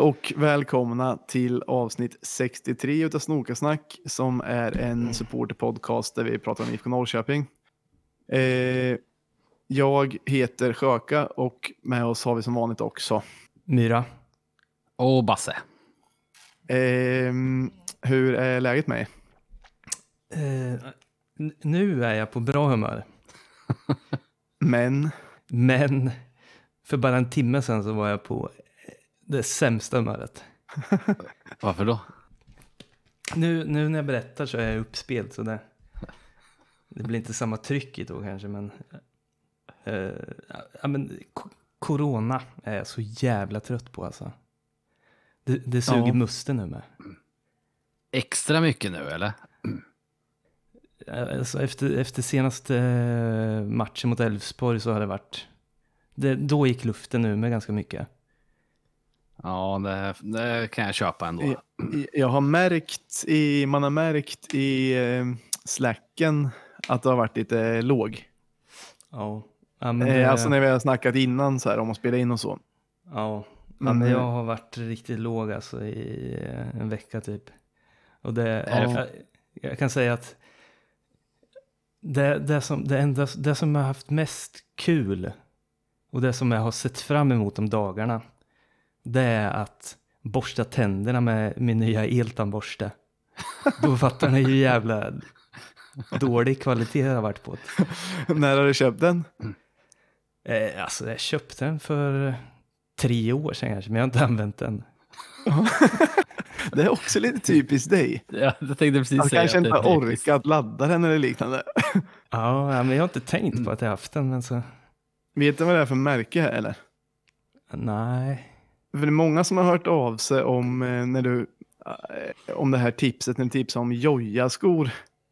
och välkomna till avsnitt 63 utav Snokasnack som är en supporterpodcast där vi pratar om IFK Norrköping. Jag heter Sjöka och med oss har vi som vanligt också Myra. Och Basse. Hur är läget med Nu är jag på bra humör. Men för bara en timme sedan så var jag på det sämsta humöret. Varför då? Nu när jag berättar så är jag uppspelt så det blir inte samma tryck i då kanske, men corona är jag så jävla trött på alltså. Det suger musten nu med. Extra mycket nu eller? Alltså efter senaste matchen mot Elfsborg så har det varit då gick luften nu med ganska mycket. Ja, det kan jag köpa ändå. Jag har man har märkt i Slacken att det har varit lite låg. Ja, men alltså när vi har snackat innan så här om att spela in och så. Ja, men jag har varit riktigt låg alltså i en vecka typ. Och jag kan säga att det som jag har haft mest kul och det som jag har sett fram emot de dagarna, det är att borsta tänderna med min nya eltandborste. Då fattar ni hur jävla dålig kvalitet det har varit på det. När har du köpt den? Alltså jag köpte den för 3 år sedan kanske, men jag har inte använt den. Det är också lite typiskt dig. Ja, jag tänkte precis jag säga kanske att inte orkat ladda den eller liknande. Ja, men jag har inte tänkt på att jag haft den. Men så... Vet du vad det är för märke här eller? Nej. För det är många som har hört av sig om om det här tipset, när du tipsade om Joja-skor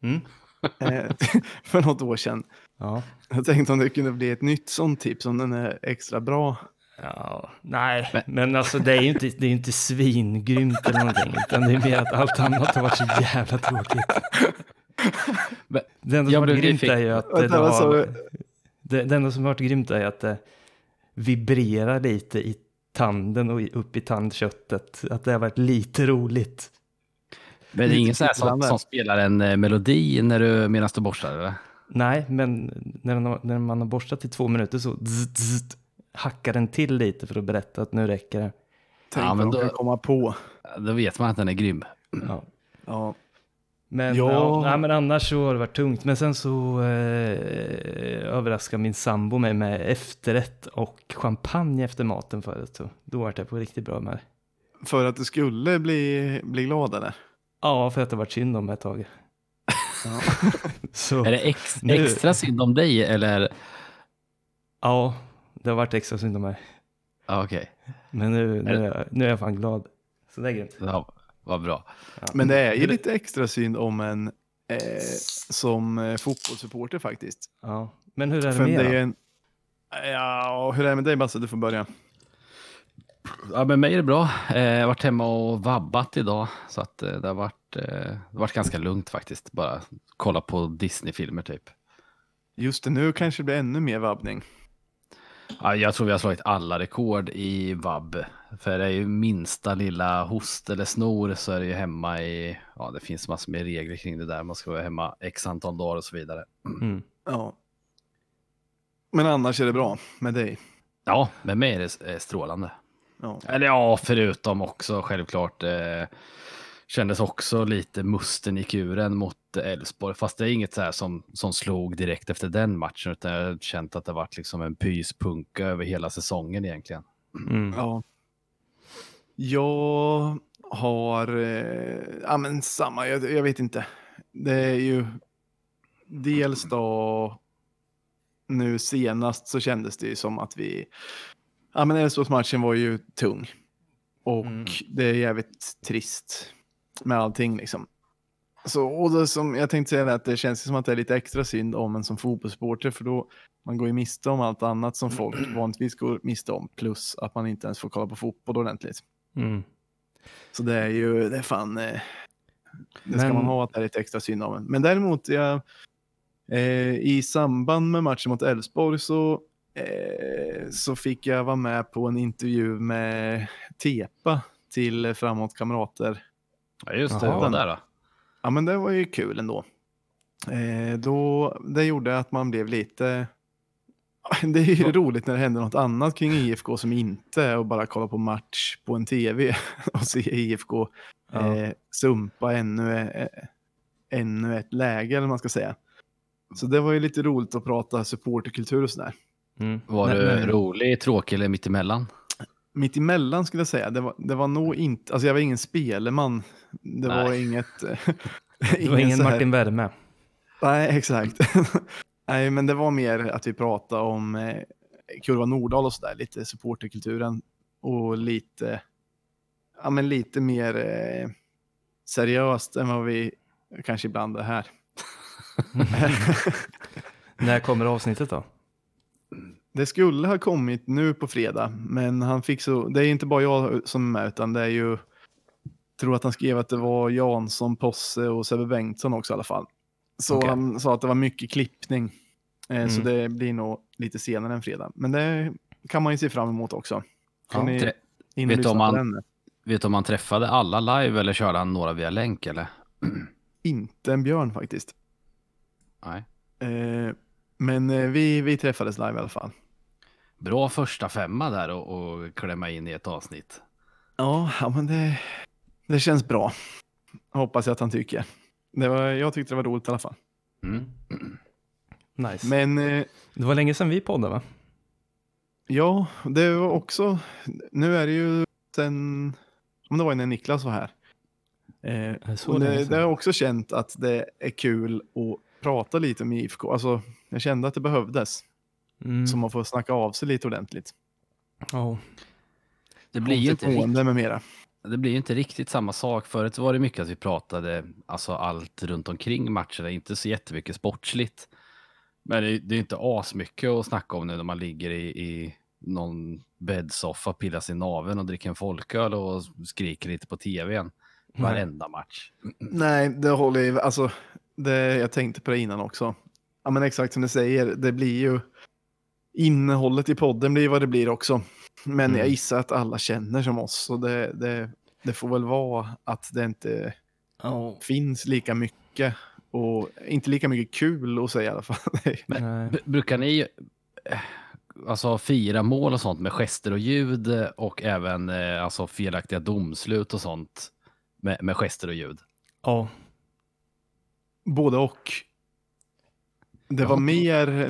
för något år sedan. Ja. Jag tänkte om det kunde bli ett nytt sånt tips om den är extra bra. Ja, nej, men alltså det är ju inte svingrymt eller någonting, utan det är mer att allt annat har varit så jävla tråkigt. Det enda som har varit grymt är ju att det enda som har varit grymt är att det vibrerar lite i tanden och upp i tandköttet, att det har varit lite roligt. Men det är ingen så här som spelar en melodi medan du borstar eller? Nej, men när man har borstat i 2 minuter så hackar den till lite för att berätta att nu räcker det. Tänk men då komma på. Då vet man att den är grym. Ja. Men annars så har det varit tungt. Men sen så överraskade min sambo mig med efterrätt och champagne efter maten förut. Så då var det på riktigt bra med. För att du skulle bli glad eller? Ja, för att det var synd om ett tag. Ja. Så, är det extra synd om dig eller? Ja, det har varit extra synd om mig. Ja, okej. Men nu är jag fan glad. Så det är grymt. Ja, vad bra. Ja. Men det är ju lite extra synd om en som fotbollssupporter faktiskt. Ja, men hur är det med hur är det med dig Basse? Du får börja. Ja, med mig är det bra. Jag har varit hemma och vabbat idag. Så att det har varit ganska lugnt faktiskt. Bara kolla på Disney-filmer typ. Just det, nu kanske det blir ännu mer vabbning. Ja, jag tror vi har slagit alla rekord i vabb. För det är ju minsta lilla host eller snor så är det ju hemma i... Ja, det finns massor med regler kring det där. Man ska vara hemma x antal dagar och så vidare. Ja. Men annars är det bra med dig? Ja, med mig är det strålande. Ja. Eller ja, förutom också självklart kändes också lite musten i kuren mot Elfsborg. Fast det är inget så här som slog direkt efter den matchen, utan jag har känt att det varit liksom en pyspunka över hela säsongen egentligen. Ja. Jag har men samma, jag vet inte. Det är ju dels då nu senast så kändes det ju som att men Elfsborgsmatchen var ju tung. Och det är jävligt trist med allting liksom. Så, och det som jag tänkte säga är att det känns som att det är lite extra synd om en som fotbollssporter, för då man går ju miste om allt annat som folk vanligtvis går miste om, plus att man inte ens får kolla på fotboll ordentligt. Så det är fan det ska man ha, att det är lite extra synd om en. Men däremot i samband med matchen mot Elfsborg så fick jag vara med på en intervju med Tepa till Framåt kamrater. Ja, just det. Jaha. Vad där då? Ja, men det var ju kul ändå. Det gjorde att man blev lite... Det är ju roligt när det händer något annat kring IFK som inte är att bara kolla på match på en tv och se IFK sumpa ännu ett läge, eller man ska säga. Så det var ju lite roligt att prata supporterkultur och sådär. Var du rolig, tråkig eller mittemellan? Mitt emellan skulle jag säga. Det var nog inte... Alltså jag var ingen speleman. Det Nej. var inget... Det var ingen så här- Martin Werme. Nej, exakt. Nej, men det var mer att vi pratade om Kurva Nordahl och sådär. Lite supporterkulturen. Och lite... Ja, men lite mer seriöst än vad vi kanske ibland är här. När kommer avsnittet då? Det skulle ha kommit nu på fredag, men han fick så... Det är inte bara jag som är med, utan det är ju... Jag tror att han skrev att det var Jansson, Posse och Sebbe Bengtsson också i alla fall. Så Okej. han sa att det var mycket klippning. Så det blir nog lite senare än fredag. Men det kan man ju se fram emot också. Får Ja, ni tre- in och vet du lyssna om på han- den? Vet du om han träffade alla live eller körde han några via länk eller? Inte en björn faktiskt. Nej. Men vi träffades live i alla fall. Bra första 5 där och klämma in i ett avsnitt. Ja, men det känns bra. Hoppas jag att han tycker. Jag tyckte det var roligt i alla fall. Mm. Nice. Men Det var länge sedan vi poddade, va? ja, det var också... Nu är det ju sen... Om det var när Niklas var här. Så Och länge det sedan. har jag också känt att det är kul att prata lite om IFK. Alltså, jag kände att det behövdes. Så man får snacka av sig lite ordentligt. Ja. Det blir ju inte Mående med mera. Det blir ju inte riktigt samma sak. Förut var det mycket att vi pratade alltså allt runt omkring matcherna, inte så jättemycket sportsligt. Men det är inte asmycket att snacka om nu när man ligger i någon bäddsoffa, pillar sig i naveln och dricker en folköl och skriker lite på tvn varenda match. Nej, det håller ju... Alltså, jag tänkte på det innan också. Ja, men exakt som du säger. Det blir ju... Innehållet i podden blir vad det blir också. Men jag gissar att alla känner som oss. Så det får väl vara att det inte finns lika mycket. Och inte lika mycket kul att säga i alla fall. Nej. Brukar ni alltså fira mål och sånt med gester och ljud och även alltså felaktiga domslut och sånt med gester och ljud? Ja. Både och. Det var mer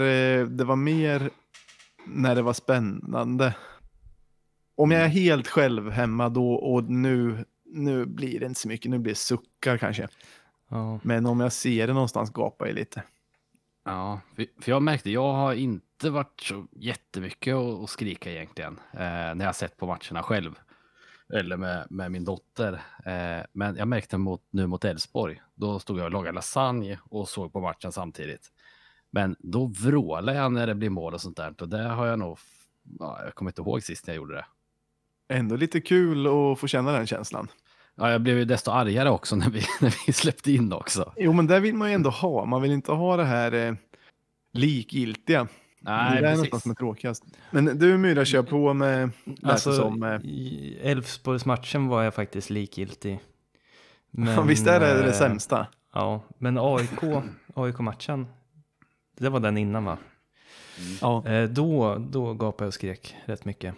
när det var spännande. Om jag är helt själv hemma då och nu blir det inte så mycket. Nu blir det suckar kanske. Ja. Men om jag ser det någonstans gapar jag lite. Ja, för jag märkte, jag har inte varit så jättemycket att skrika egentligen när jag sett på matcherna själv. Eller med min dotter. Men jag märkte nu mot Elfsborg. Då stod jag och lagade lasagne och såg på matchen samtidigt. Men då vrålade jag när det blir mål och sånt där. Och det har jag nog... Ja, jag kommer inte ihåg sist när jag gjorde det. Ändå lite kul att få känna den känslan. Ja, jag blev ju desto argare också när vi släppte in också. Jo, men det vill man ju ändå ha. Man vill inte ha det här likgiltiga. Nej, det är precis. något som är tråkigast. Men du Myra, kör på med... Alltså, i Elfsborgsmatchen var jag faktiskt likgiltig. Men, visst är det sämsta? Ja, men AIK-matchen, det var den innan, va? Ja. Då gapade jag och skrek rätt mycket.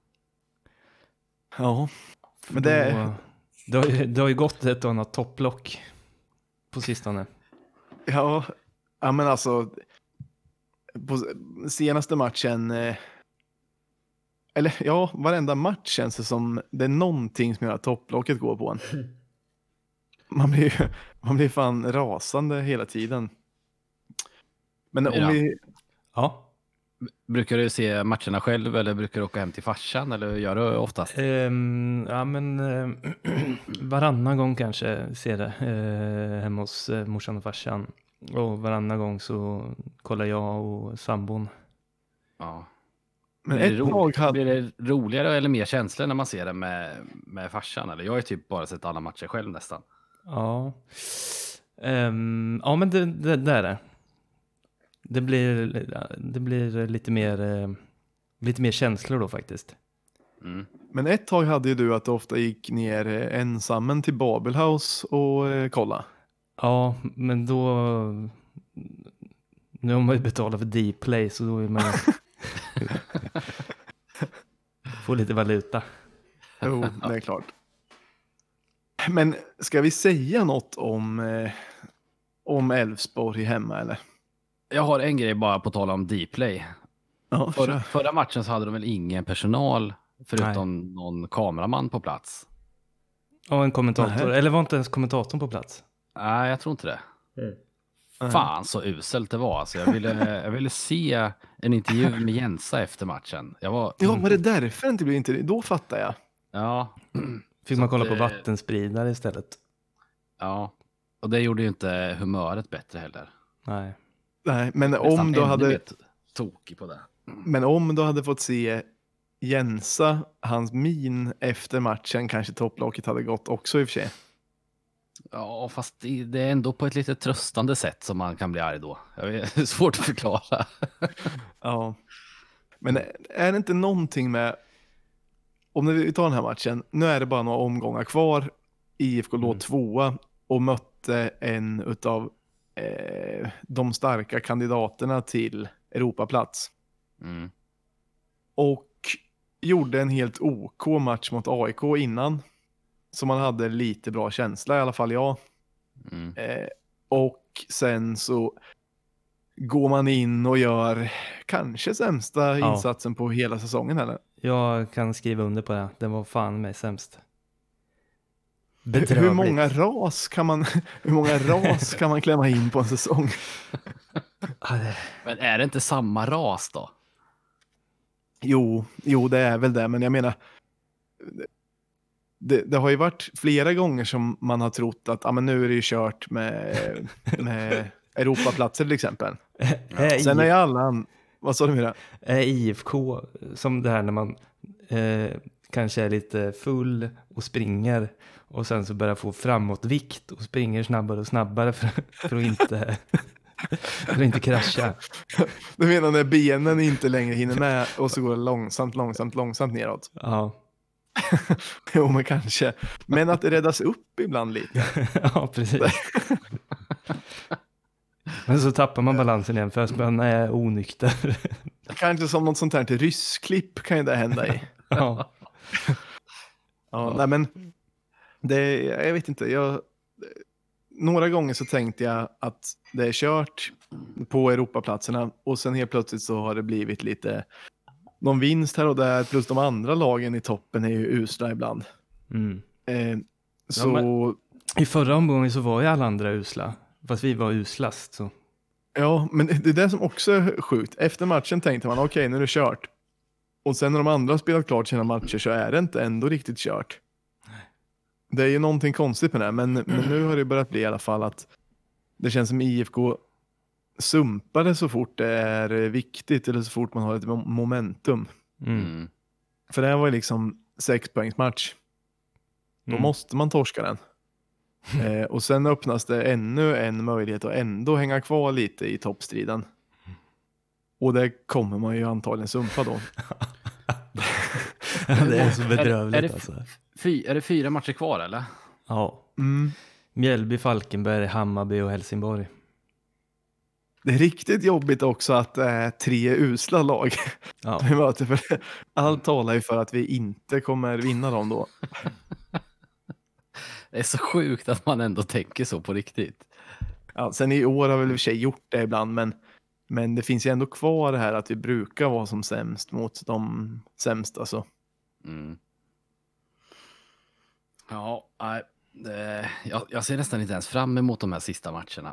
Ja. Men det har ju gått ett och annat topplock på sistone. Ja, men alltså på senaste matchen eller ja, varenda match känns det som det är någonting som gör att topplocket går på en. Man blir fan rasande hela tiden. Men om vi... Ja. Brukar du se matcherna själv eller brukar du åka hem till farsan eller gör du oftast? Ja, men varannan gång kanske ser det hemma hos morsan och farsan. Och varannan gång så kollar jag och sambon. Ja. Men Blir det ett tag hade... Blir det roligare eller mer känslor när man ser det med farsan? Eller jag har ju typ bara sett alla matcher själv nästan. Ja. Ja, men det är det. Det blir lite mer känslor då faktiskt. Mm. Men ett tag hade ju du att du ofta gick ner ensammen till Babelhouse och kolla. Ja, men då... Nu har man ju betalat för Dplay så då är man får lite valuta. Jo, det är klart. Men ska vi säga något om Elfsborg hemma eller? Jag har en grej bara på tal om Dplay. Ja, kör. Förra matchen så hade de väl ingen personal förutom någon kameraman på plats. Ja, en kommentator. Nähä. Eller var inte ens kommentatorn på plats? Nej, jag tror inte det. Nej. Fan så uselt det var. Alltså, jag ville se en intervju med Jensa efter matchen. Ja, var det därför inte blev inte? Då fattar jag. Ja. Fick Så man kolla att, på vattenspridare istället? Ja, och det gjorde ju inte humöret bättre heller. Nej. Nej, men Nästan om du ännu hade... mer tokig på det. Men om du hade fått se Jensa, hans min efter matchen, kanske topplocket hade gått också i och för sig. Ja, fast det är ändå på ett lite tröstande sätt som man kan bli arg då. Det är svårt att förklara. Ja. Men är det inte någonting med, om vi tar den här matchen, nu är det bara några omgångar kvar, IFK låg tvåa och mötte en utav de starka kandidaterna till Europaplats. Mm. Och gjorde en helt OK match mot AIK innan. Så man hade lite bra känsla, i alla fall jag. Mm. Och sen så går man in och gör kanske sämsta insatsen på hela säsongen eller? Jag kan skriva under på det. Det var fan mig sämst. Hur Bedrövligt. många ras kan man klämma in på en säsong? Men är det inte samma ras då? Jo, det är väl det, men jag menar det har ju varit flera gånger som man har trott att men nu är det ju kört med Europaplatser till exempel. Sen är ju alla vad sa du med det? Är IFK som det här när man kanske är lite full och springer och sen så börjar få framåtvikt och springer snabbare och snabbare för att inte krascha. Du menar när benen inte längre hinner med och så går det långsamt neråt? Ja. Jo, men kanske. Men att det räddas upp ibland lite. Ja, precis. Men så tappar man balansen igen för att man är onykter. Kanske som något sånt här till ryssklipp kan ju det hända i. Ja. Ja, nej men jag vet inte. Några gånger så tänkte jag att det är kört på Europaplatserna och sen helt plötsligt så har det blivit lite någon vinst här och där plus de andra lagen i toppen är ju usla ibland. Mm. Så... Ja, men i förra omgången så var ju alla andra usla. Fast vi var uslast så. Ja, men det är det som också är sjukt. Efter matchen tänkte man okej, nu är det kört. Och sen när de andra har spelat klart sina matcher så är det inte ändå riktigt kört. Det är ju någonting konstigt med det, men nu har det börjat bli i alla fall att det känns som IFK sumpar det så fort det är viktigt eller så fort man har ett momentum. Mm. För det här var ju liksom 6-poängsmatch. Då måste man torska den. Och sen öppnas det ännu en möjlighet att ändå hänga kvar lite i toppstriden. Och det kommer man ju antagligen sumpa då. Det är så bedrövligt är det 4 matcher kvar eller? Ja. Mm. Mjällby, Falkenberg, Hammarby och Helsingborg. Det är riktigt jobbigt också att det är 3 usla lag Ja. vi möter. För allt talar ju för att vi inte kommer vinna dem då. Det är så sjukt att man ändå tänker så på riktigt. Ja, sen i år har vi väl i och för sig gjort det ibland, men det finns ju ändå kvar det här att vi brukar vara som sämst mot de sämsta. Så. Mm. Ja, jag ser nästan inte ens fram emot de här sista matcherna.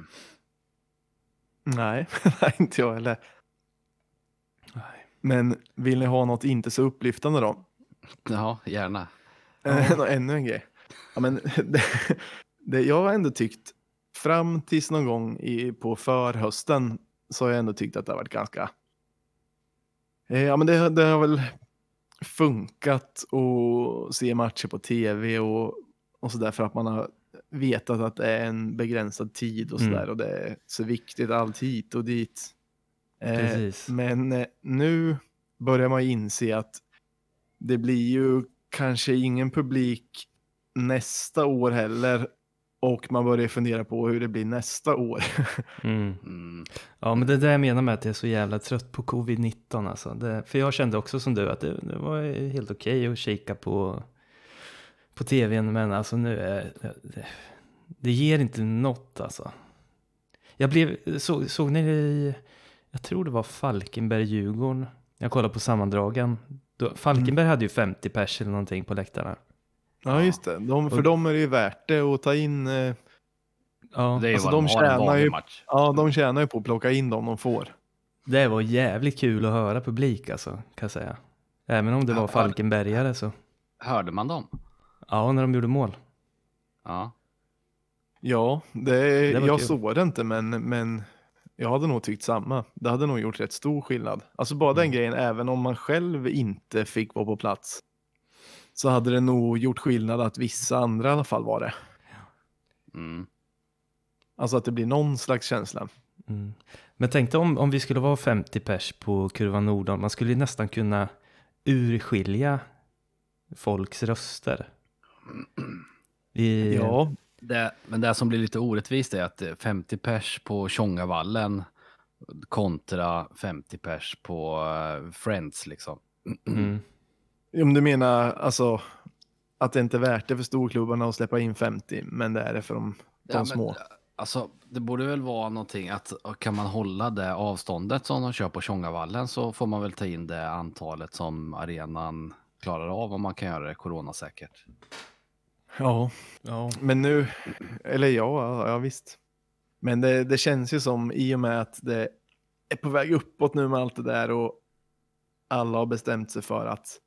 Nej, inte jag heller. Nej. Men vill ni ha något inte så upplyftande då? Ja, gärna. Ännu en grej. Ja, men jag har ändå tyckt fram tills någon gång på förhösten så har jag ändå tyckt att det har varit ganska men det har väl funkat att se matcher på tv och sådär för att man har vetat att det är en begränsad tid och sådär och det är så viktigt allt hit och dit. Precis. Men nu börjar man inse att det blir ju kanske ingen publik nästa år heller. Och man börjar fundera på hur det blir nästa år. Ja, men det är det jag menar med att jag är så jävla trött på covid-19 alltså. För jag kände också som du att det var helt okej att kika på tvn, men alltså nu är det ger inte något alltså. Såg ni jag tror det var Falkenberg-Djurgården. Jag kollade på sammandragen. Falkenberg hade ju 50 pers eller någonting på läktarna. Ja, just det. För dem är det ju värt det att ta in. Ja, Det är ju alltså, vad de har en vanlig match. Ja, de tjänar ju på att plocka in dem de får. det var jävligt kul att höra publik alltså, kan jag säga. Även om det var Falkenbergare så. Hörde man dem? Ja, när de gjorde mål. Ja. Ja, var jag kul. såg det inte, men jag hade nog tyckt samma. Det hade nog gjort rätt stor skillnad. Alltså bara den grejen, även om man själv inte fick vara på plats, så hade det nog gjort skillnad att vissa andra i alla fall var det. Mm. Alltså att det blir någon slags känsla. Mm. Men tänk dig om vi skulle vara 50 pers på Kurva Nordahl. Man skulle ju nästan kunna urskilja folks röster. Ja, Men det som blir lite orättvist är att 50 pers på Tjongavallen kontra 50 pers på Friends liksom. om du menar alltså att det inte är värt det för storklubbarna att släppa in 50, men det är det för de små. Alltså, det borde väl vara någonting att kan man hålla det avståndet som de kör på Tjongavallen så får man väl ta in det antalet som arenan klarar av om man kan göra det coronasäkert. Ja, men nu, eller ja visst. Men det känns ju som, i och med att det är på väg uppåt nu med allt det där och alla har bestämt sig för att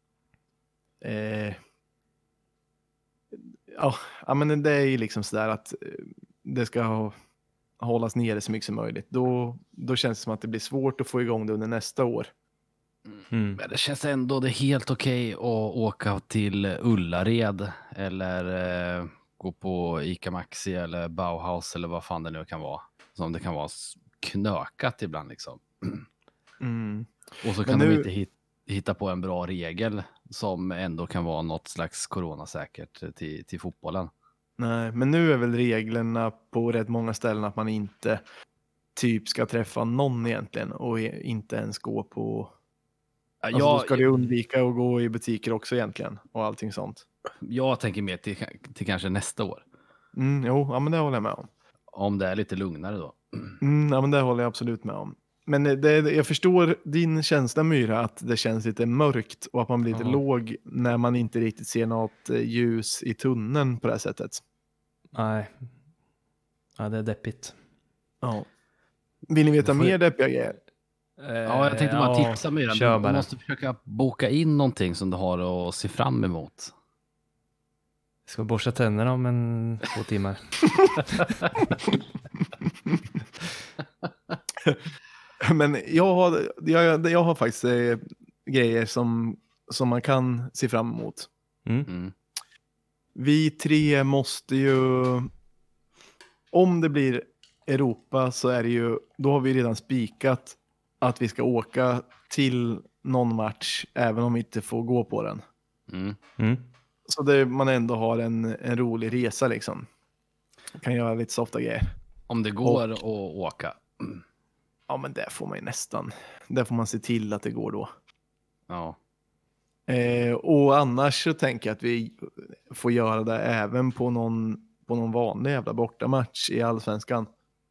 ja, men det är ju liksom sådär att det ska hållas nere så mycket som möjligt. Då känns det som att det blir svårt att få igång det under nästa år. Men det känns ändå det är helt okej att åka till Ullared eller gå på Ica Maxi eller Bauhaus eller vad fan det nu kan vara. Som det kan vara knökat ibland liksom. Och så kan de inte hitta på en bra regel som ändå kan vara något slags coronasäkert till fotbollen. Nej, men nu är väl reglerna på rätt många ställen att man inte typ ska träffa någon egentligen och inte ens gå på. Alltså, då ska du undvika att gå i butiker också egentligen och allting sånt. Jag tänker mer till kanske nästa år. Ja, men det håller jag med om. Om det är lite lugnare då. Ja, men det håller jag absolut med om. Men jag förstår din känsla, Myra, att det känns lite mörkt och att man blir lite låg när man inte riktigt ser något ljus i tunneln på det här sättet. Nej. Ja, det är deppigt. Ja. Vill ni veta mer deppiga grejer? Ja, jag tänkte bara tipsa Myra. Kör Du bara. måste försöka boka in någonting som du har att se fram emot. Jag ska borsta tänderna om 2 timmar. Men jag har faktiskt grejer som man kan se fram emot. Vi 3 måste ju, om det blir Europa så är det ju, då har vi redan spikat att vi ska åka till någon match även om vi inte får gå på den. Så man ändå har en rolig resa liksom. Kan göra lite softa grejer. Om det går att åka. Ja, men det får man ju nästan. Där får man se till att det går då. Ja. Och annars så tänker jag att vi får göra det även på någon vanlig jävla bortamatch i Allsvenskan.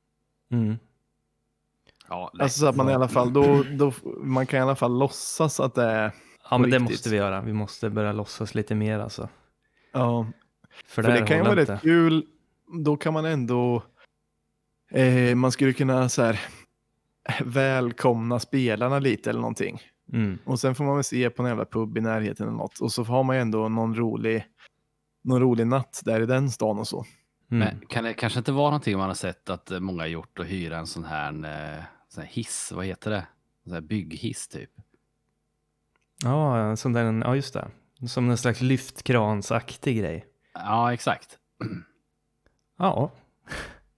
Ja, alltså så att man i alla fall då man kan i alla fall låtsas att det är ja, men det riktigt. måste vi göra. Vi måste börja låtsas lite mer alltså. Ja. För det kan ju vara rätt kul. Då kan man ändå man skulle kunna så här välkomna spelarna lite eller någonting. Och sen får man väl se på en jävla pub i närheten eller något. Och så har man ju ändå någon rolig natt där i den stan och så. Men kan det kanske inte vara någonting man har sett att många har gjort och hyra en sån här hiss, vad heter det? En sån här bygghiss typ. Ja, en sån där, ja just det. Som en slags lyftkransaktig grej. Ja, exakt. Ja.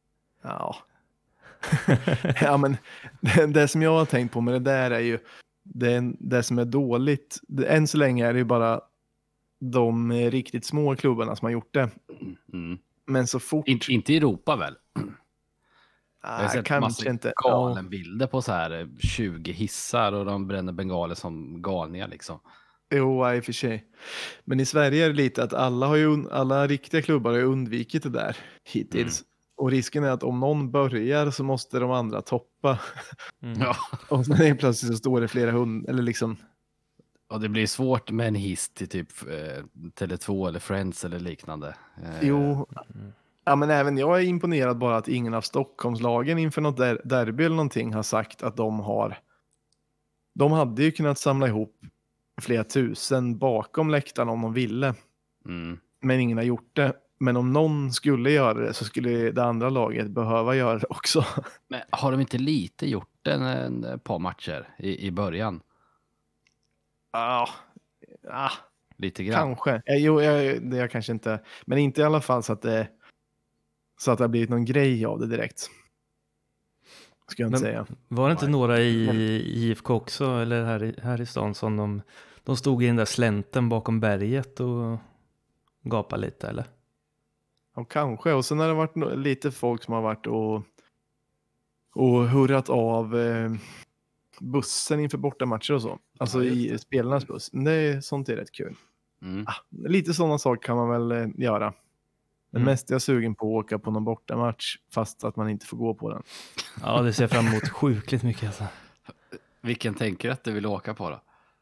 Ja. Ja, men det som jag har tänkt på med det där är ju, det som är dåligt, än så länge är det ju bara de riktigt små klubbarna som har gjort det. Mm. Men så fort... Inte i Europa väl? Jag har sett kanske massa inte. galen bilder på så här 20 hissar och de bränner bengaler som galningar liksom. Jo, i och för sig. Men i Sverige är det lite att alla riktiga klubbar har ju undvikit det där hittills. Och risken är att om någon börjar så måste de andra toppa. Ja. Och sen är plötsligt så står det flera eller liksom... Och det blir svårt med en hiss till typ Tele2 eller Friends eller liknande. Jo, ja, men även jag är imponerad bara att ingen av Stockholmslagen inför något derby eller någonting har sagt att de hade ju kunnat samla ihop flera tusen bakom läktaren om de ville. Mm. Men ingen har gjort det. Men om någon skulle göra det så skulle det andra laget behöva göra det också. Men har de inte lite gjort en par matcher i början? Ja, Lite grann. kanske. Jo, det är kanske inte. Men inte i alla fall så att det har blivit någon grej av det direkt. Ska jag inte säga. Var det inte några i IFK också, eller här i stan, som de stod i den där slänten bakom berget och gapade lite, eller? Ja, kanske. Och sen har det varit lite folk som har varit och hurrat av bussen inför bortamatcher och så. Alltså i spelarnas buss. Sånt är rätt kul. Mm. Lite sådana saker kan man väl göra. Men mest är jag sugen på att åka på någon bortamatch fast att man inte får gå på den. Ja, det ser jag fram emot sjukligt mycket. Alltså. Vilken tänker du att du vill åka på då?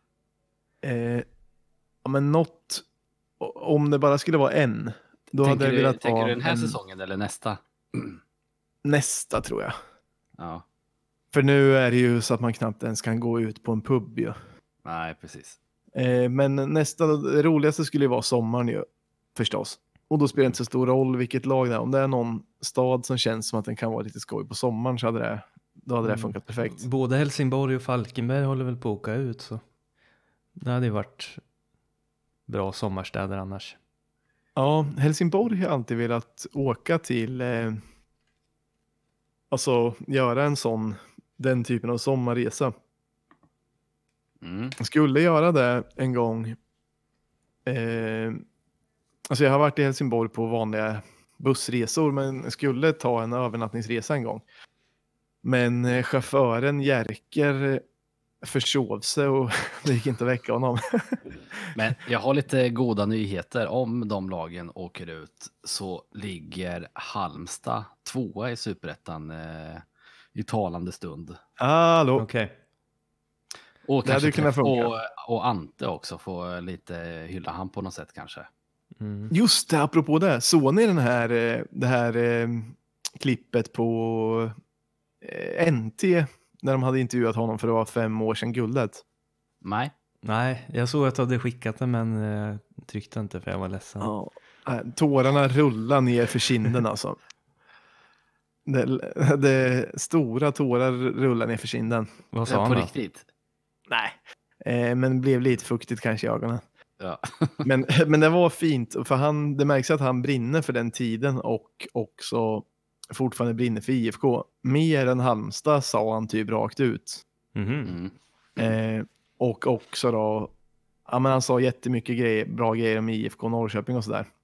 Ja, men något, om det bara skulle vara en, då hade jag velat tänker ha du den här säsongen eller nästa? nästa tror jag. Ja. För nu är det ju så att man knappt ens kan gå ut på en pub ju. Nej, precis. Men det roligaste skulle ju vara sommaren ju, förstås. Och då spelar det inte så stor roll vilket lag det är. Om det är någon stad som känns som att den kan vara lite skoj på sommaren så hade det funkat perfekt. Både Helsingborg och Falkenberg håller väl på att åka ut, så det hade ju varit bra sommarstäder annars. Ja, Helsingborg har alltid velat åka till, alltså göra den typen av sommarresa. Jag skulle göra det en gång. Alltså jag har varit i Helsingborg på vanliga bussresor, men skulle ta en övernattningsresa en gång. Men chauffören Jerker försov sig och det gick inte att väcka honom. Men jag har lite goda nyheter. Om de lagen åker ut så ligger Halmstad 2 i Superettan i talande stund. Hallå. Okej. Och Det hade kanske kunnat funka. och Ante också får lite hylla han på något sätt kanske. Just det, apropå det. Såg ni det här klippet på NT när de hade intervjuat honom för att vara 5 år sedan guldet? Nej, jag såg att du hade skickat det, men tryckte inte för jag var ledsen. Ja, tårarna rullar ner för kinden alltså. Det stora tårar rullar ner för kinden. Vad sa han På då? riktigt? Nej. Men blev lite fuktigt kanske i ögonen. Ja. Men det var fint, för det märks att han brinner för den tiden och också fortfarande brinner för IFK. Mer än Halmstad, sa han typ rakt ut. Och också då, ja, men han sa jättemycket bra grejer om IFK Norrköping och sådär.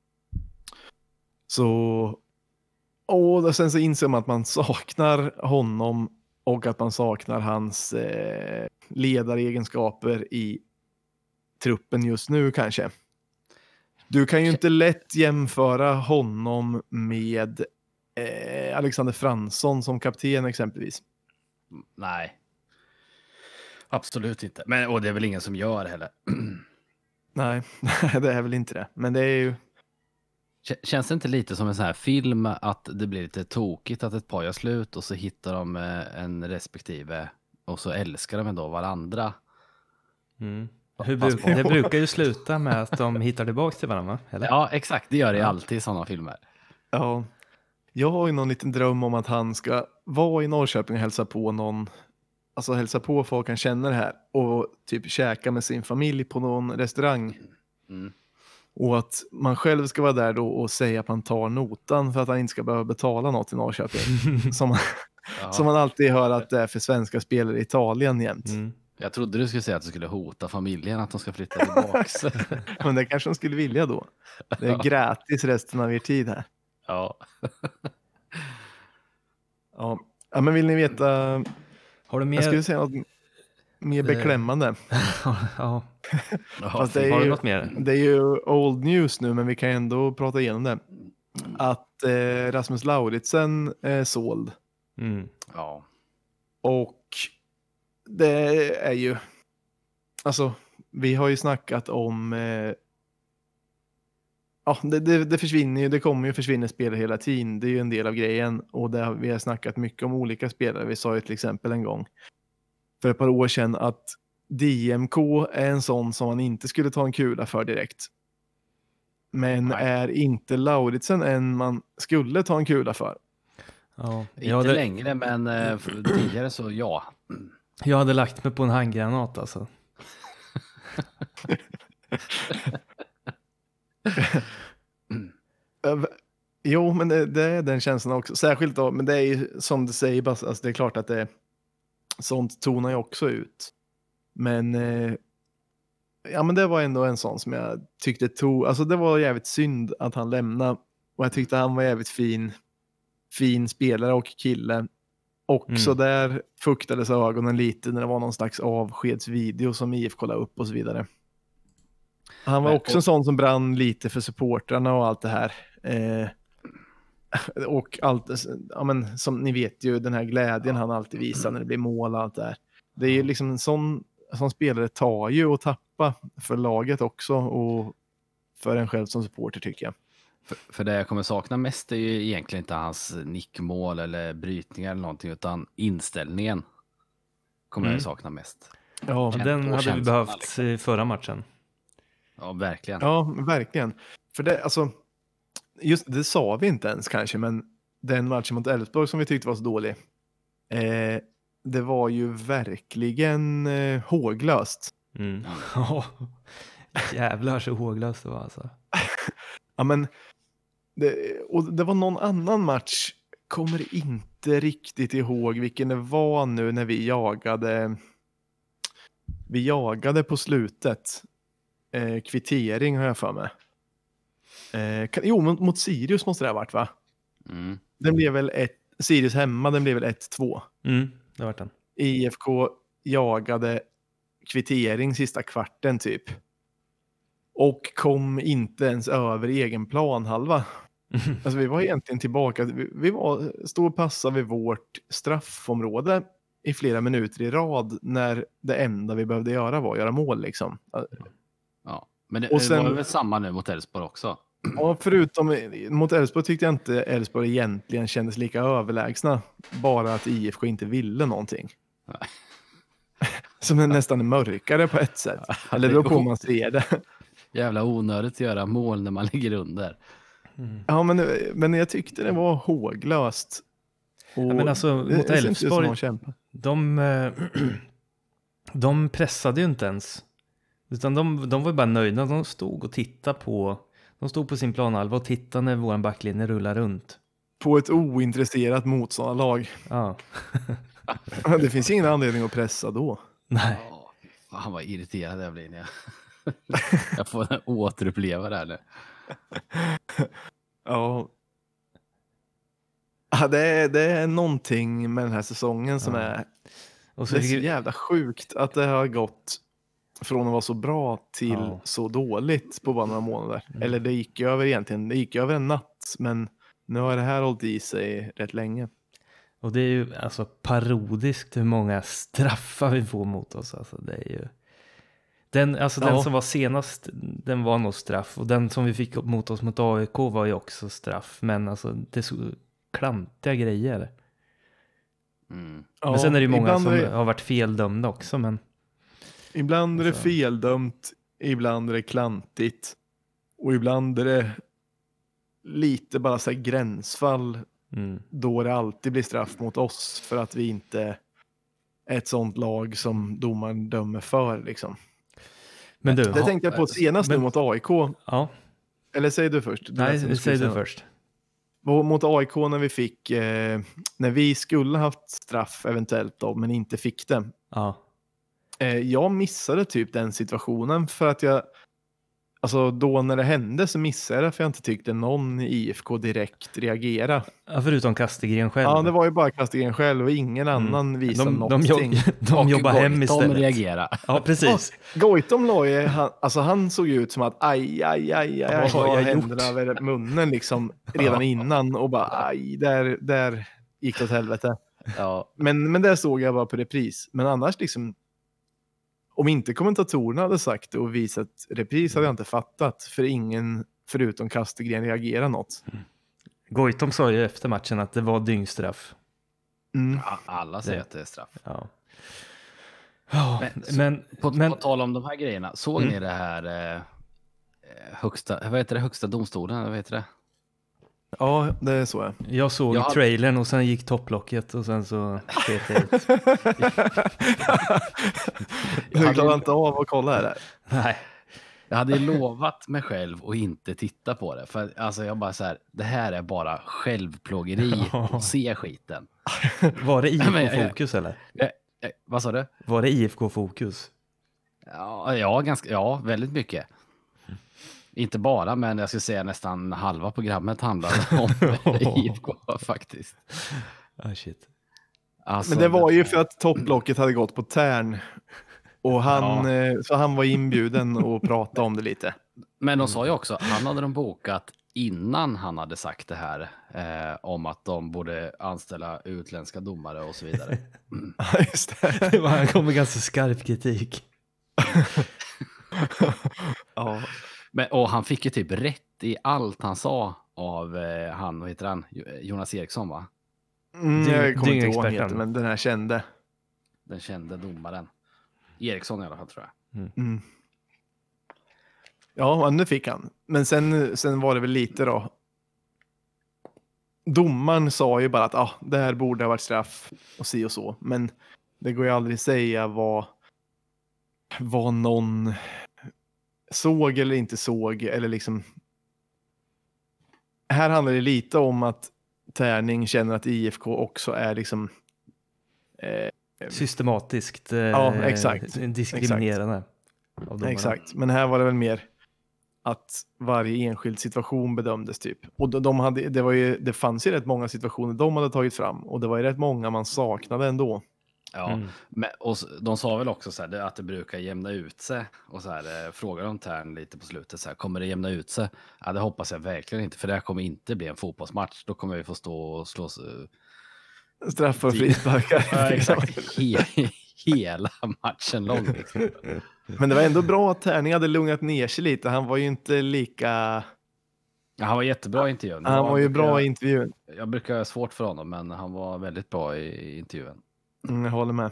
Och sen så inser man att man saknar honom och att man saknar hans ledaregenskaper i truppen just nu kanske. Du kan ju inte lätt jämföra honom med Alexander Fransson som kapten exempelvis. Nej. Absolut inte. Och det är väl ingen som gör heller. Nej, det är väl inte det. Men det är ju... Känns det inte lite som en sån här film att det blir lite tokigt att ett par gör slut och så hittar de en respektive och så älskar de ändå varandra? Det brukar ju sluta med att de hittar tillbaka till varandra, eller? Ja, exakt. Det gör det alltid i sådana filmer. Ja. Jag har ju någon liten dröm om att han ska vara i Norrköping och hälsa på någon, alltså hälsa på folk han känner här och typ käka med sin familj på någon restaurang. Och att man själv ska vara där då och säga att man tar notan för att han inte ska behöva betala något i Norrköping. som man alltid hör att det är för svenska spelare i Italien jämt. Jag trodde du skulle säga att du skulle hota familjen att de ska flytta tillbaks. Men det kanske de skulle vilja då. Det är gratis resten av er tid här. Ja. Ja, ja men vill ni veta? Har du mer? Jag skulle säga något mer beklämmande. Ja. Fast det Har är, du ju, något mer? det är ju old news nu, men vi kan ändå prata igenom det. Att Rasmus Lauritsen är såld. Mm. Ja. Och det är ju, alltså vi har ju snackat om, ja det försvinner ju, det kommer ju försvinna spelare hela tiden. Det är ju en del av grejen och vi har snackat mycket om olika spelare. Vi sa ju till exempel en gång för ett par år sedan att DMK är en sån som man inte skulle ta en kula för direkt. Men Nej. är inte Lauritsen en man skulle ta en kula för? Ja. Inte längre, men tidigare så ja. Jag hade lagt mig på en handgranat alltså. Jo, men det är den känslan också. Särskilt då, men det är ju som du säger, alltså det är klart att sånt tonar ju också ut. Men ja, men det var ändå en sån som jag tyckte alltså det var jävligt synd att han lämnade. Och jag tyckte han var jävligt fin spelare och kille. Också där fuktades ögonen lite när det var någon slags avskedsvideo som IFK la upp och så vidare. Han var också en sån som brann lite för supportrarna och allt det här. Och allt, ja men som ni vet ju, den här glädjen han alltid visar när det blir mål och allt det här. Det är ju liksom en sån spelare tar ju och tappa för laget också och för en själv som supporter tycker jag. För det jag kommer sakna mest är ju egentligen inte hans nickmål eller brytningar eller någonting, utan inställningen kommer jag sakna mest. Ja, Den hade vi behövt i förra matchen. Ja, verkligen. Ja, verkligen. För det, alltså, just det sa vi inte ens kanske, men den matchen mot Elfsborg som vi tyckte var så dålig, det var ju verkligen håglöst. Mm. Jävlar så håglöst det var alltså. Ja, men det var någon annan match, kommer inte riktigt ihåg vilken det var nu när vi jagade på slutet. Kvittering har jag för mig. Jo, mot Sirius måste det ha varit, va? Mm. Den blev väl Sirius hemma, den blev väl 1-2. Det var den. IFK jagade kvittering sista kvarten typ. Och kom inte ens över egen planhalva. Alltså vi var egentligen tillbaka. Vi stod och passade vid vårt straffområde i flera minuter i rad när det enda vi behövde göra var att göra mål liksom. Ja, men det Och var väl samma nu mot Elfsborg också. Ja, förutom mot Elfsborg tyckte jag inte Elfsborg egentligen kändes lika överlägsna. Bara att IFK inte ville någonting. Nej. Som är nästan mörkare på ett sätt. Eller då på man ser det. Jävla onödigt att göra mål när man ligger under. Ja, men jag tyckte det var håglöst. Och Ja, men alltså mot Elfsborg, de pressade ju inte ens. Utan de var bara nöjda. De stod och tittade på. De stod på sin planhalva och tittade när vår backlinje rullar runt. På ett ointresserat motståndarlag. Ja. Det finns ingen anledning att pressa då. Nej. Han var irriterad jag blir. Jag får återuppleva det här nu. Ja. Det är någonting med den här säsongen som är Och så det är så jävla sjukt att det har gått från att vara så bra till så dåligt på bara några månader. Eller det gick över egentligen. Det gick över en natt, men nu har det här hållit i sig rätt länge. Och det är ju alltså parodiskt hur många straffar vi får mot oss. Alltså det är ju den som var senast, den var nog straff. Och den som vi fick mot oss mot AIK var ju också straff. Men alltså det är så klantiga grejer. Mm. Men sen är det ju många som har varit feldömda också. Men ibland är det feldömt, ibland är det klantigt. Och ibland är det lite bara så här gränsfall. Då det alltid blir straff mot oss för att vi inte är ett sånt lag som domaren dömer för liksom. Men du, det tänkte jag på senast nu mot AIK. Ja. Eller säger du först? Nej, säg du först. Mot AIK när vi fick när vi skulle haft straff eventuellt då, men inte fick det. Ja. Jag missade typ den situationen för att alltså då när det hände så missade jag det för jag inte tyckte någon i IFK direkt reagera. Ja, förutom Kastegren själv. Ja, det var ju bara Kastegren själv och ingen annan visade någonting. De jobbar hem Goitom istället. reagera. Ja, precis. Goitom la ju, han såg ju ut som att aj, Vad har vad jag hände gjort? över munnen liksom redan innan och bara aj, där gick det åt helvete. Ja. Men det såg jag bara på repris. Men annars liksom, om inte kommentatorerna hade sagt det och visat repris hade jag inte fattat. För ingen förutom Kastegren reagerade något. Goitom sa ju efter matchen att det var dyngstraff. Mm. Alla säger att det är straff. Ja. Ja, Men, men på tal om de här grejerna, såg ni det här högsta domstolen, vad heter det? Ja, det är så. jag såg Jag hade- trailern och sen gick topplocket och sen så sket jag ut. Du klarar inte av att kolla det där. Nej. Jag hade ju lovat mig själv att inte titta på det. För alltså jag bara så här, det här är bara självplågeri att se skiten. Var det Men IFK-fokus eller? Vad sa du? Var det IFK-fokus? Ja, väldigt mycket. Inte bara, men jag skulle säga nästan halva programmet handlade om IFK faktiskt. Ah, shit. Alltså, Men det var ju för att topplocket hade gått på tärn. Och så han var inbjuden och prata om det lite. Men de sa ju också, han hade de bokat innan han hade sagt det här om att de borde anställa utländska domare och så vidare. Ja, just det. Han kom med ganska skarp kritik. Ja. Och han fick ju typ rätt i allt han sa av vad heter han? Jonas Eriksson, va? Jag kommer inte ihåg Dyngexperten. heter, men den här kände. Den kände domaren. Eriksson i alla fall, tror jag. Mm. Ja, nu fick han. Men sen var det väl lite då. Domaren sa ju bara att det här borde ha varit straff och si och så. Men det går ju aldrig att säga vad någon såg eller inte såg. Eller liksom. Här handlar det lite om att Tärning känner att IFK också är liksom Systematiskt exakt. diskriminerande. Av domarna. Exakt, men här var det väl mer att varje enskild situation bedömdes typ. Och det fanns ju rätt många situationer de hade tagit fram och det var ju rätt många man saknade ändå. Ja, men, och de sa väl också så här, att det brukar jämna ut sig. Och så här, frågar de Tern lite på slutet, så här, kommer det jämna ut sig? Ja, det hoppas jag verkligen inte, för det här kommer inte bli en fotbollsmatch. Då kommer vi få stå och slås... Straffar och frisparkar. Ja, exakt. Hela matchen lång. Liksom. Men det var ändå bra att Tärning hade lugnat ner sig lite. Han var ju inte lika... Ja, han var jättebra i intervjun. Han var ju bra i intervjun. Jag brukar ha svårt för honom, men han var väldigt bra i intervjun. Jag håller med.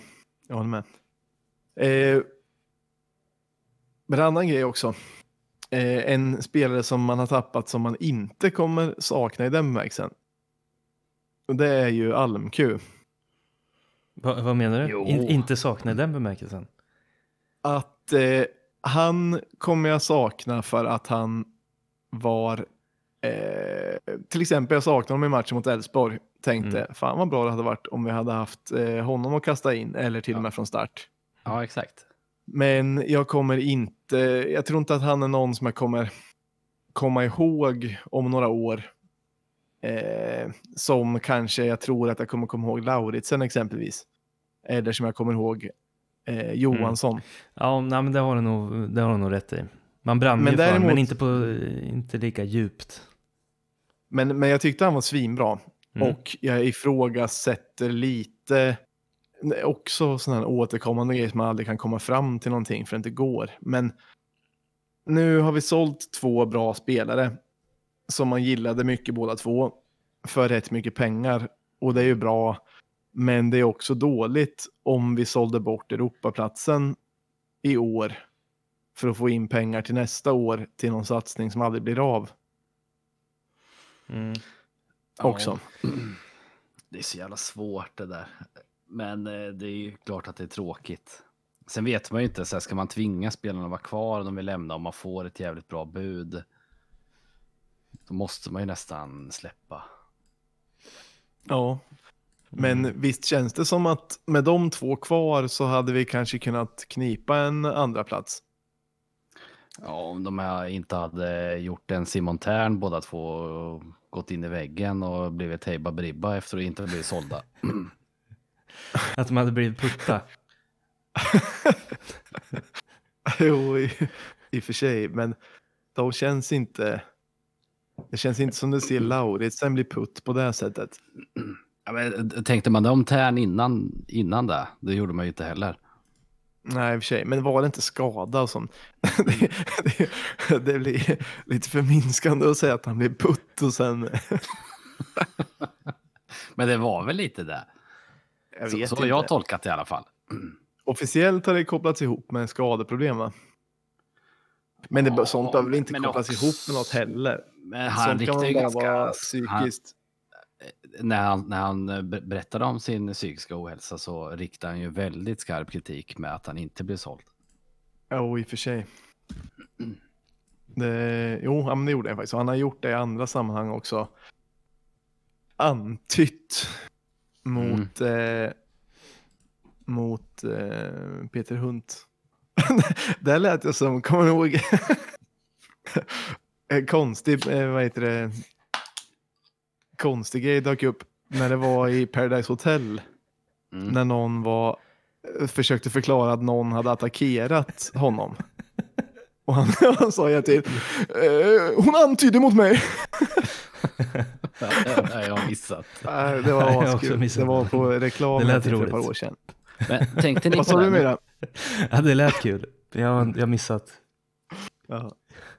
Men en annan grej också. En spelare som man har tappat som man inte kommer sakna i den bemärkelsen. Och det är ju Almq. Vad menar du? Jo. Inte sakna i den bemärkelsen? Att han kommer jag sakna för att han var... till exempel jag saknade honom i matchen mot Elfsborg. Tänkte, fan vad bra det hade varit om vi hade haft honom att kasta in eller till och med från start. Ja, exakt. Men jag tror inte att han är någon som jag kommer komma ihåg om några år. Som kanske jag tror att jag kommer komma ihåg Lauritsen exempelvis. Eller som jag kommer ihåg Johansson. Ja, nej, men det har du nog rätt i. Man brann Men ju för, däremot- men inte lika djupt. Men jag tyckte han var svinbra. Och jag ifrågasätter lite också sådana här återkommande grejer som man aldrig kan komma fram till någonting för det inte går. Men nu har vi sålt 2 bra spelare som man gillade mycket båda två för rätt mycket pengar. Och det är ju bra. Men det är också dåligt om vi sålde bort Europaplatsen i år för att få in pengar till nästa år till någon satsning som aldrig blir av. Också. Ja. Det är så jävla svårt det där. Men det är ju klart att det är tråkigt. Sen vet man ju inte, så här, ska man tvinga spelarna att vara kvar om de vill lämna, om man får ett jävligt bra bud, då måste man ju nästan släppa. Ja. Men visst känns det som att med de 2 kvar så hade vi kanske kunnat knipa en andra plats. Ja, om de här inte hade gjort en Simon Tern båda två och gått in i väggen och blivit hejba bribba efter att inte ha blivit sålda. Att de hade blivit putta. Jo, i och för sig, men då känns inte... Det känns inte som du ser Lauritsen bli putt på det sättet. Ja, men, tänkte man om Tern innan det gjorde man ju inte heller. Nej, i och för sig. Men var det inte skada och sånt? Det blir lite förminskande att säga att han blir putt och sen... Men det var väl lite det. Så har jag tolkat det i alla fall. Officiellt har det kopplats ihop med skadeproblem, va? Men det, sånt behöver väl inte kopplas ihop med något heller. Men han sånt kan man bara vara psykiskt. När han berättade om sin psykiska ohälsa så riktade han ju väldigt skarp kritik med att han inte blev såld. Ja, i och för sig. Men det gjorde han faktiskt. Och han har gjort det i andra sammanhang också. Antytt mot Peter Hunt. Där lät jag som, kommer du ihåg? Konstig grej dök upp när det var i Paradise Hotel. När någon försökte förklara att någon hade attackerat honom. Och han sa ju till hon antydde mot mig. Jag har missat. Det var askul. Det var på reklam för ett par år sedan. Men tänkte ni vad sa du med det? Ja, det lät kul. Jag har missat. Ja.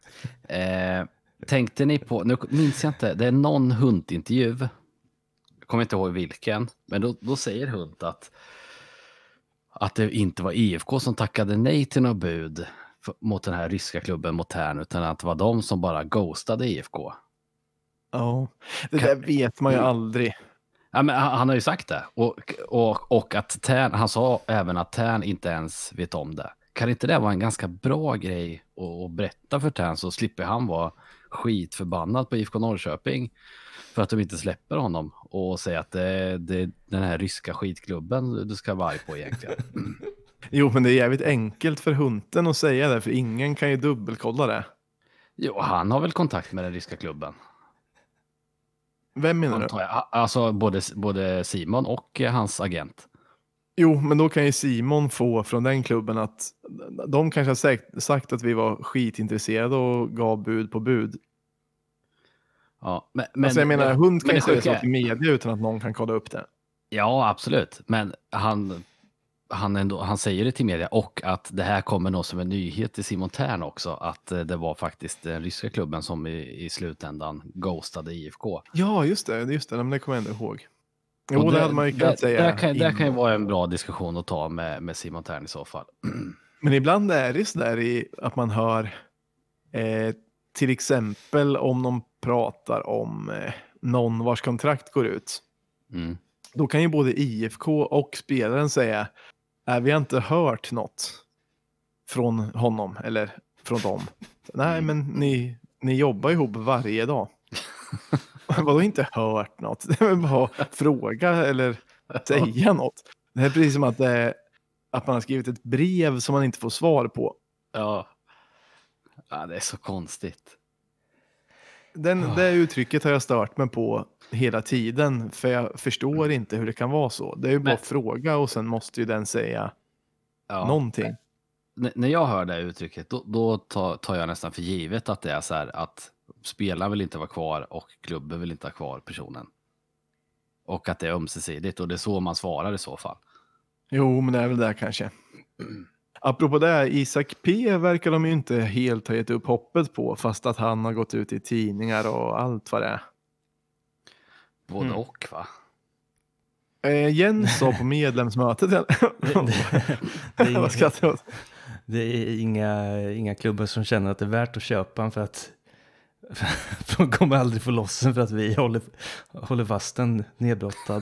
Tänkte ni på, nu minns jag inte, det är någon Hunt-intervju. Jag kommer inte ihåg vilken, men då säger Hunt att det inte var IFK som tackade nej till något bud mot den här ryska klubben mot Tern, utan att det var de som bara ghostade IFK. Ja, det där vet man ju aldrig. Ja, men han har ju sagt det. Och att Tern, han sa även att Tern inte ens vet om det. Kan inte det vara en ganska bra grej att berätta för Tern, så slipper han vara skitförbannad på IFK Norrköping för att de inte släpper honom och säga att det är den här ryska skitklubben du ska vara arg på egentligen. Jo, men det är jävligt enkelt för Hunten att säga det, för ingen kan ju dubbelkolla det. Jo, han har väl kontakt med den ryska klubben. Vem menar du? Alltså både Simon och hans agent. Jo, men då kan ju Simon få från den klubben att de kanske har sagt att vi var skitintresserade och gav bud på bud. Ja, men alltså jag menar, Hund kan ju säga så till media utan att någon kan kolla upp det. Ja, absolut. Men han säger det till media, och att det här kommer nog som en nyhet till Simon Tern också, att det var faktiskt den ryska klubben som i slutändan ghostade IFK. Ja, just det, men det kommer jag ändå ihåg. Jo, det hade man ju kunnat säga. Det kan ju vara en bra diskussion att ta med Simon Tern i så fall. Men ibland är det så där att man hör till exempel om de pratar om någon vars kontrakt går ut. Då kan ju både IFK och spelaren säga vi har inte hört något från honom eller från dem. Nej, men ni jobbar ihop varje dag. Vadå inte hört något? Det är väl bara fråga eller säga något. Det är precis som att man har skrivit ett brev som man inte får svar på. Ja, det är så konstigt. Det uttrycket har jag stört mig på hela tiden, för jag förstår inte hur det kan vara så. Det är ju bara fråga och sen måste ju den säga någonting. När jag hör det uttrycket, då tar jag nästan för givet att det är så här att spelaren vill inte vara kvar och klubben vill inte ha kvar personen. Och att det är ömsesidigt, och det är så man svarar i så fall. Jo, men det är väl där kanske. Apropå det, Isak P verkar de ju inte helt ha gett upp hoppet på, fast att han har gått ut i tidningar och allt vad det är. Både och, va? Jens sa på medlemsmötet. Det är inga klubbar som känner att det är värt att köpa den, för att de kommer aldrig få loss den för att vi håller fast den nedbrottad.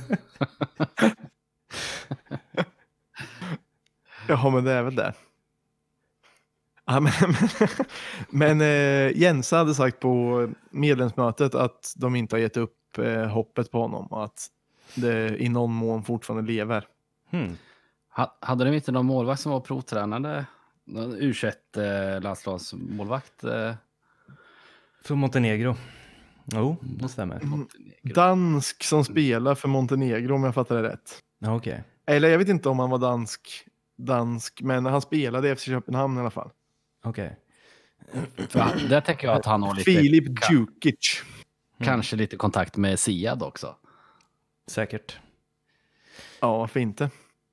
Ja, men det är väl det. Ja, men Jens hade sagt på medlemsmötet att de inte har gett upp hoppet på honom, och att det i någon mån fortfarande lever. Hade de inte någon målvakt som var provtränande? Någon U21-landslagsmålvakt? Från Montenegro. Jo, det stämmer. Dansk som spelar för Montenegro om jag fattar det rätt. Ja, okej. Eller jag vet inte om han var dansk, men han spelade i FC Köpenhamn i alla fall. Okej. För där tänker jag att han har lite, Filip Djukic. kanske lite kontakt med Siad också. Säkert. Ja, varför inte?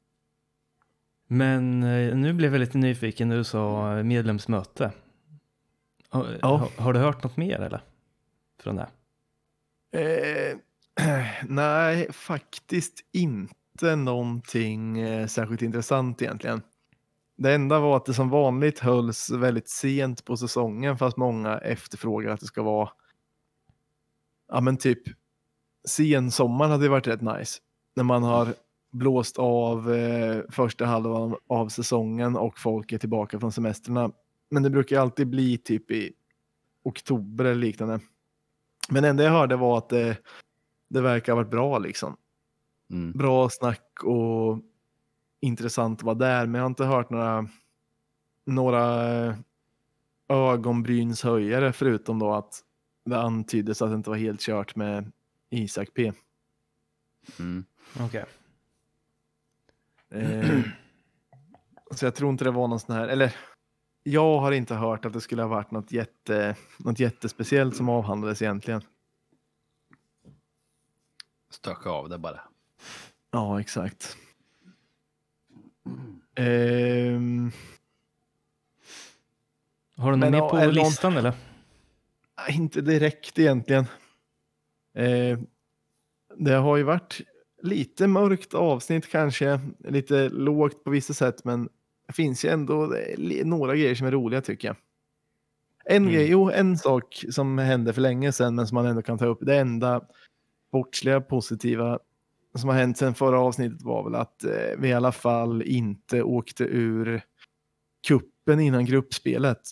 Men nu blev jag lite nyfiken när du sa medlemsmöte. Har du hört något mer eller? Från det? Nej, faktiskt inte någonting särskilt intressant egentligen. Det enda var att det som vanligt hölls väldigt sent på säsongen, fast många efterfrågar att det ska vara, ja men typ sensommaren hade varit rätt nice. När man har blåst av första halvan av säsongen och folk är tillbaka från semesterna. Men det brukar alltid bli typ i oktober eller liknande. Men det enda jag hörde var att det verkar ha varit bra liksom. Bra snack och intressant var där, men jag har inte hört några ögonbrynshöjare förutom då att det antyddes att det inte var helt kört med Isak P. Okej. Så jag tror inte det var någon sån här, eller jag har inte hört att det skulle ha varit något jättespeciellt som avhandlades egentligen. Stöka av det bara. Ja, exakt. Har du något mer på listan eller? Inte direkt egentligen. Det har ju varit lite mörkt avsnitt kanske, lite lågt på vissa sätt, men det finns ju ändå några grejer som är roliga tycker jag. En sak som hände för länge sedan men som man ändå kan ta upp, det enda sportsliga positiva som har hänt sedan förra avsnittet var väl att vi i alla fall inte åkte ur kuppen innan gruppspelet.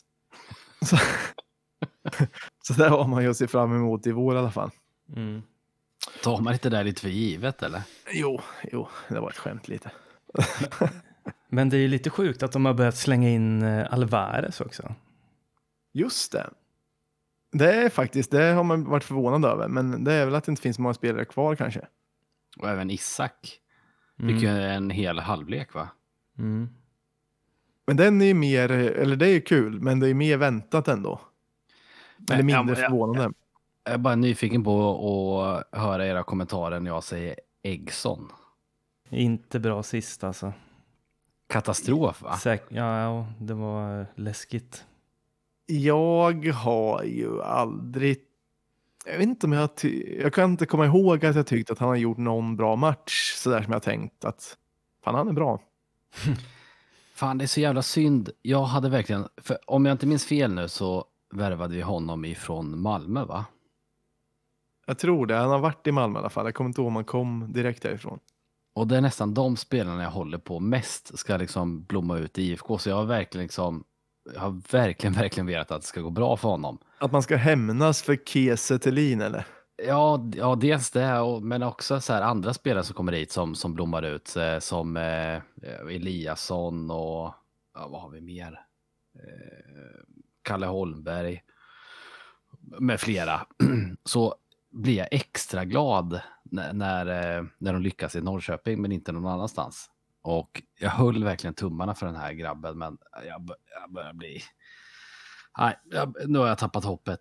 Så där har man ju att se fram emot i vår i alla fall. Tar man inte det där lite för givet eller? Jo, det var ett skämt lite. Men det är ju lite sjukt att de har börjat slänga in Alvarez också. Just det. Det har man varit förvånad över, men det är väl att det inte finns många spelare kvar kanske. Och även Isak fick ju en hel halvlek va? Men den är ju mer, eller det är ju kul, men det är mer väntat ändå. Eller mindre förvånande. Jag är bara nyfiken på att höra era kommentarer när jag säger Eggson. Inte bra sist alltså. Katastrof va? Ja, det var läskigt. Jag har ju aldrig, jag vet inte om jag kan inte komma ihåg att jag tyckte att han har gjort någon bra match sådär som jag tänkt att fan han är bra. Fan det är så jävla synd. Jag hade verkligen, för om jag inte minns fel nu så värvade vi honom ifrån Malmö va? Jag tror det, han har varit i Malmö i alla fall. Jag kommer inte ihåg om han kom direkt därifrån. Och det är nästan de spelarna jag håller på mest ska liksom blomma ut i IFK. Så jag har verkligen velat att det ska gå bra för honom. Att man ska hämnas för Kiese Thelin eller? Ja, dels det, men också så här andra spelare som kommer hit som blommar ut. Som Eliasson och vad har vi mer? Kalle Holmberg med flera. Så blir jag extra glad när de lyckas i Norrköping men inte någon annanstans. Och jag höll verkligen tummarna för den här grabben men jag börjar bli... Nej, nu har jag tappat hoppet.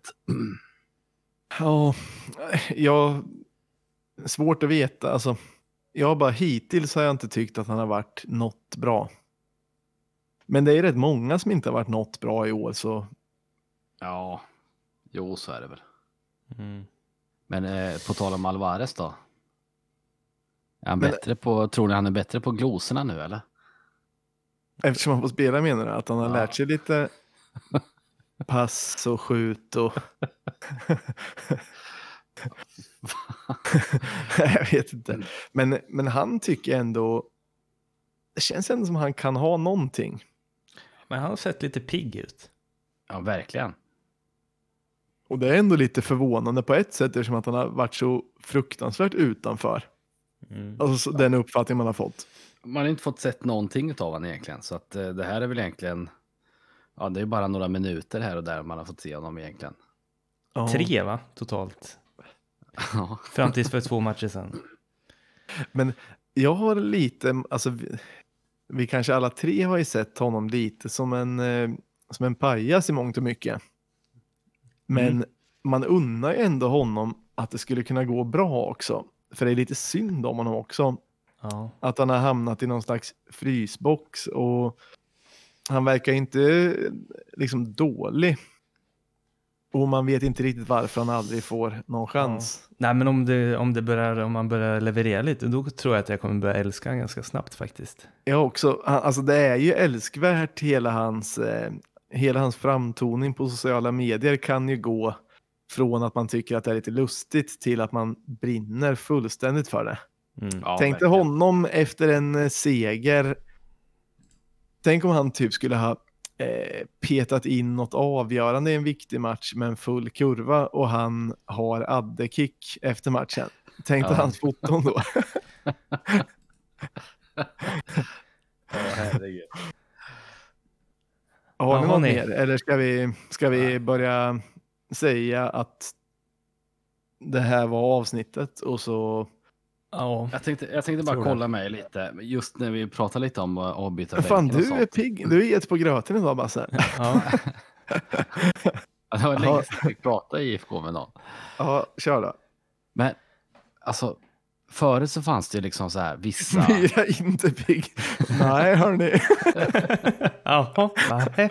Ja, svårt att veta. Alltså, hittills har jag inte tyckt att han har varit något bra. Men det är rätt många som inte har varit något bra i år så... Ja, jo så är det väl. Men på tal om Alvarez då? Tror ni han är bättre på glosorna nu eller? Eftersom han får spela menar du? Att han har lärt sig lite pass och skjut och... Jag vet inte. Men han tycker ändå... Det känns ändå som han kan ha någonting. Men han har sett lite pigg ut. Ja, verkligen. Och det är ändå lite förvånande på ett sätt eftersom att han har varit så fruktansvärt utanför. Alltså den uppfattning man har fått. Man har inte fått sett någonting av honom egentligen. Så att det här är väl egentligen... Ja, det är bara några minuter här och där man har fått se honom egentligen. Ja. 3 va? Totalt. Ja. Fram tills för 2 matcher sedan. Men jag har lite, alltså vi kanske alla 3 har ju sett honom lite som en pajas i mångt och mycket. Men man unnar ju ändå honom att det skulle kunna gå bra också. För det är lite synd om honom också. Ja. Att han har hamnat i någon slags frysbox och han verkar inte liksom dålig. Och man vet inte riktigt varför han aldrig får någon chans. Nej, men om man börjar leverera lite, då tror jag att jag kommer börja älska honom ganska snabbt faktiskt. Jag också, alltså det är ju älskvärt hela hans framtoning på sociala medier kan ju gå från att man tycker att det är lite lustigt till att man brinner fullständigt för det. Ja, Tänk dig verkligen. honom efter en seger. Tänk om han typ skulle ha petat in något avgörande i en viktig match med en full kurva och han har addekick efter matchen. Tänk dig hans foton då. Ja, herregud. Har ni Ja, något ni. mer? Eller ska vi börja säga att det här var avsnittet och så... Ja. Jag tänkte bara Tror kolla mig lite. Just när vi pratar lite om att avbyta Fan, bänken och du är sånt. pigg. Du är gett på gröten idag, Basse. Ja. Ja, det var länge sedan vi pratade i IFK med någon. Ja, kör då. Men alltså, förut så fanns det ju liksom så här vissa... Myra inte pigg. Nej, hörni. Jaha, nej.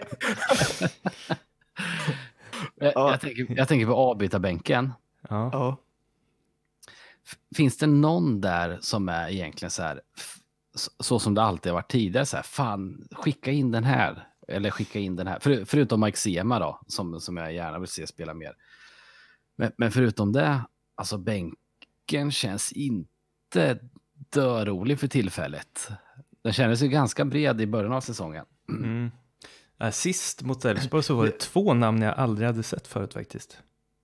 Jag tänker på avbytarbänken. Ja. Ja. Finns det någon där som är egentligen så här, så som det alltid har varit tidigare, så här, fan, skicka in den här, eller skicka in den här, förutom Mike Sema då, som jag gärna vill se spela mer. Men förutom det, alltså bänken känns inte dörrolig för tillfället. Den kändes ju ganska bred i början av säsongen. Mm. Sist mot Elfsborg så var det 2 namn jag aldrig hade sett förut faktiskt.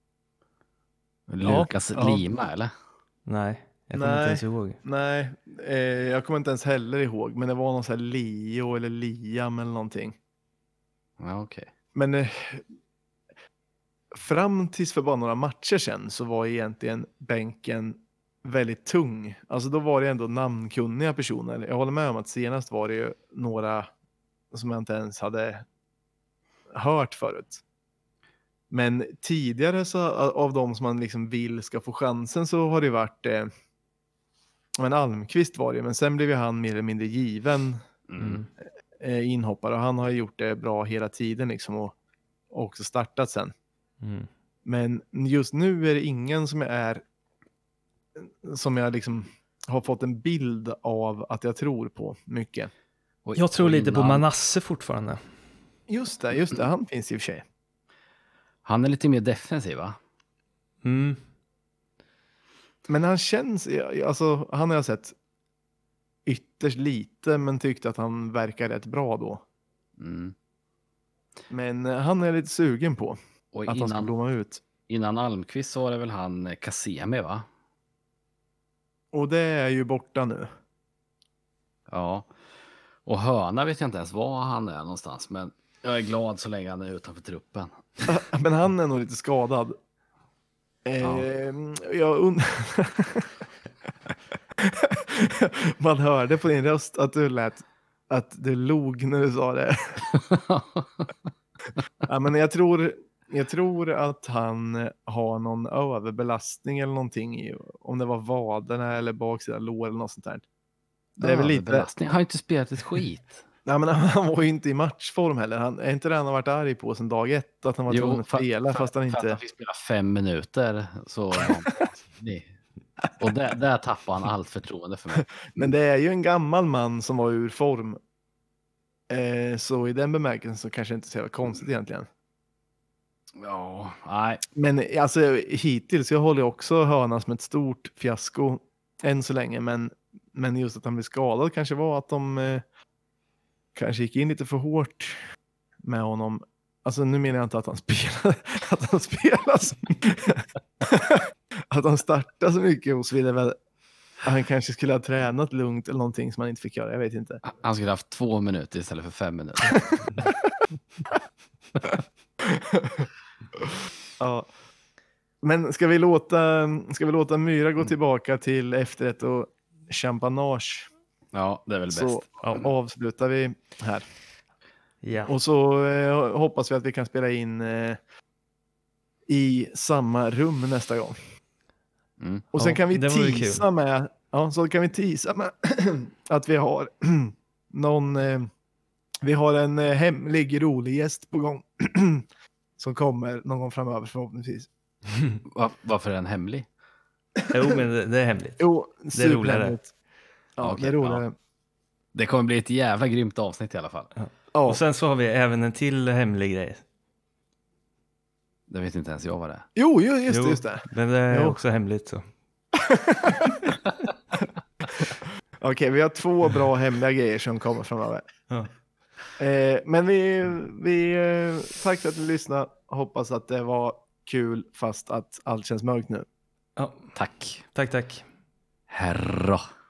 Lukas ja. Lima, eller? Nej, jag kommer inte ens ihåg. Nej, jag kommer inte ens heller ihåg. Men det var någon sån här Leo eller Liam eller någonting. Ja, okej. Men fram tills för bara några matcher sedan så var egentligen bänken väldigt tung. Alltså då var det ändå namnkunniga personer. Jag håller med om att senast var det ju några som jag inte ens hade hört förut. Men tidigare så av de som man liksom vill ska få chansen så har det varit men Almqvist var det, men sen blev ju han mer eller mindre given inhoppare och han har gjort det bra hela tiden liksom och också startat sen. Mm. Men just nu är det ingen som jag liksom har fått en bild av att jag tror på mycket. Jag tror lite på Manasse fortfarande. Just det, han finns i och för sig. Han är lite mer defensiv, va? Mm. Men han känns, alltså han har jag sett ytterst lite men tyckte att han verkar rätt bra då. Mm. Men han är lite sugen på Och att han ska blomma ut. Innan Almqvist så var det väl han Kasemi, va? Och det är ju borta nu. Ja. Och Hörna vet jag inte ens var han är någonstans, men jag är glad så länge han är utanför truppen. Men han är nog lite skadad. Jag Man hörde på din röst att du log när du sa det. Ja, men jag tror att han har någon överbelastning eller någonting om det var vaderna eller baksida lår eller något sånt där. Det är väl lite... Han har inte spelat ett skit. Nej, men han var ju inte i matchform heller. Är inte det han har varit arg på sedan dag 1 att han var tvungen att spela fast han inte... För att han fick spela 5 minuter så... Och där tappade han allt förtroende för mig. Men det är ju en gammal man som var ur form. Så i den bemärkelsen så kanske inte så jävla konstigt egentligen. Ja, nej. Men alltså hittills, jag håller också Hörna som ett stort fiasko än så länge. Men just att han blev skadad kanske var att de kanske gick in lite för hårt med honom. Alltså nu menar jag inte att han spelar att han startar så mycket och så vidare. Han kanske skulle ha tränat lugnt eller någonting som han inte fick göra. Jag vet inte. Han skulle haft 2 minuter istället för 5 minuter. Ja. Men ska vi låta Myra gå tillbaka till efterrätt och champanage? Ja, det är väl bäst. Så avslutar vi här. Ja. Och så hoppas vi att vi kan spela in i samma rum nästa gång. Mm. Och sen Ja, kan vi det vore teasa med, att vi har vi har en hemlig rolig gäst på gång som kommer någon gång framöver förhoppningsvis. Varför är den hemlig? Jo, men det är hemligt. Jo, Det är roligare. superhemligt. Ja, Okej, det är roligare. ja. Det kommer bli ett jävla grymt avsnitt i alla fall. Ja. Och sen så har vi även en till hemlig grej. Det vet inte ens jag vad det är. Jo, just det. Men det är Jo. också hemligt så. Okej, vi har 2 bra hemliga grejer som kommer framöver. Ja. Men vi tack för att ni lyssnade. Hoppas att det var kul fast att allt känns mörkt nu. Ja, Tack. tack. Herra.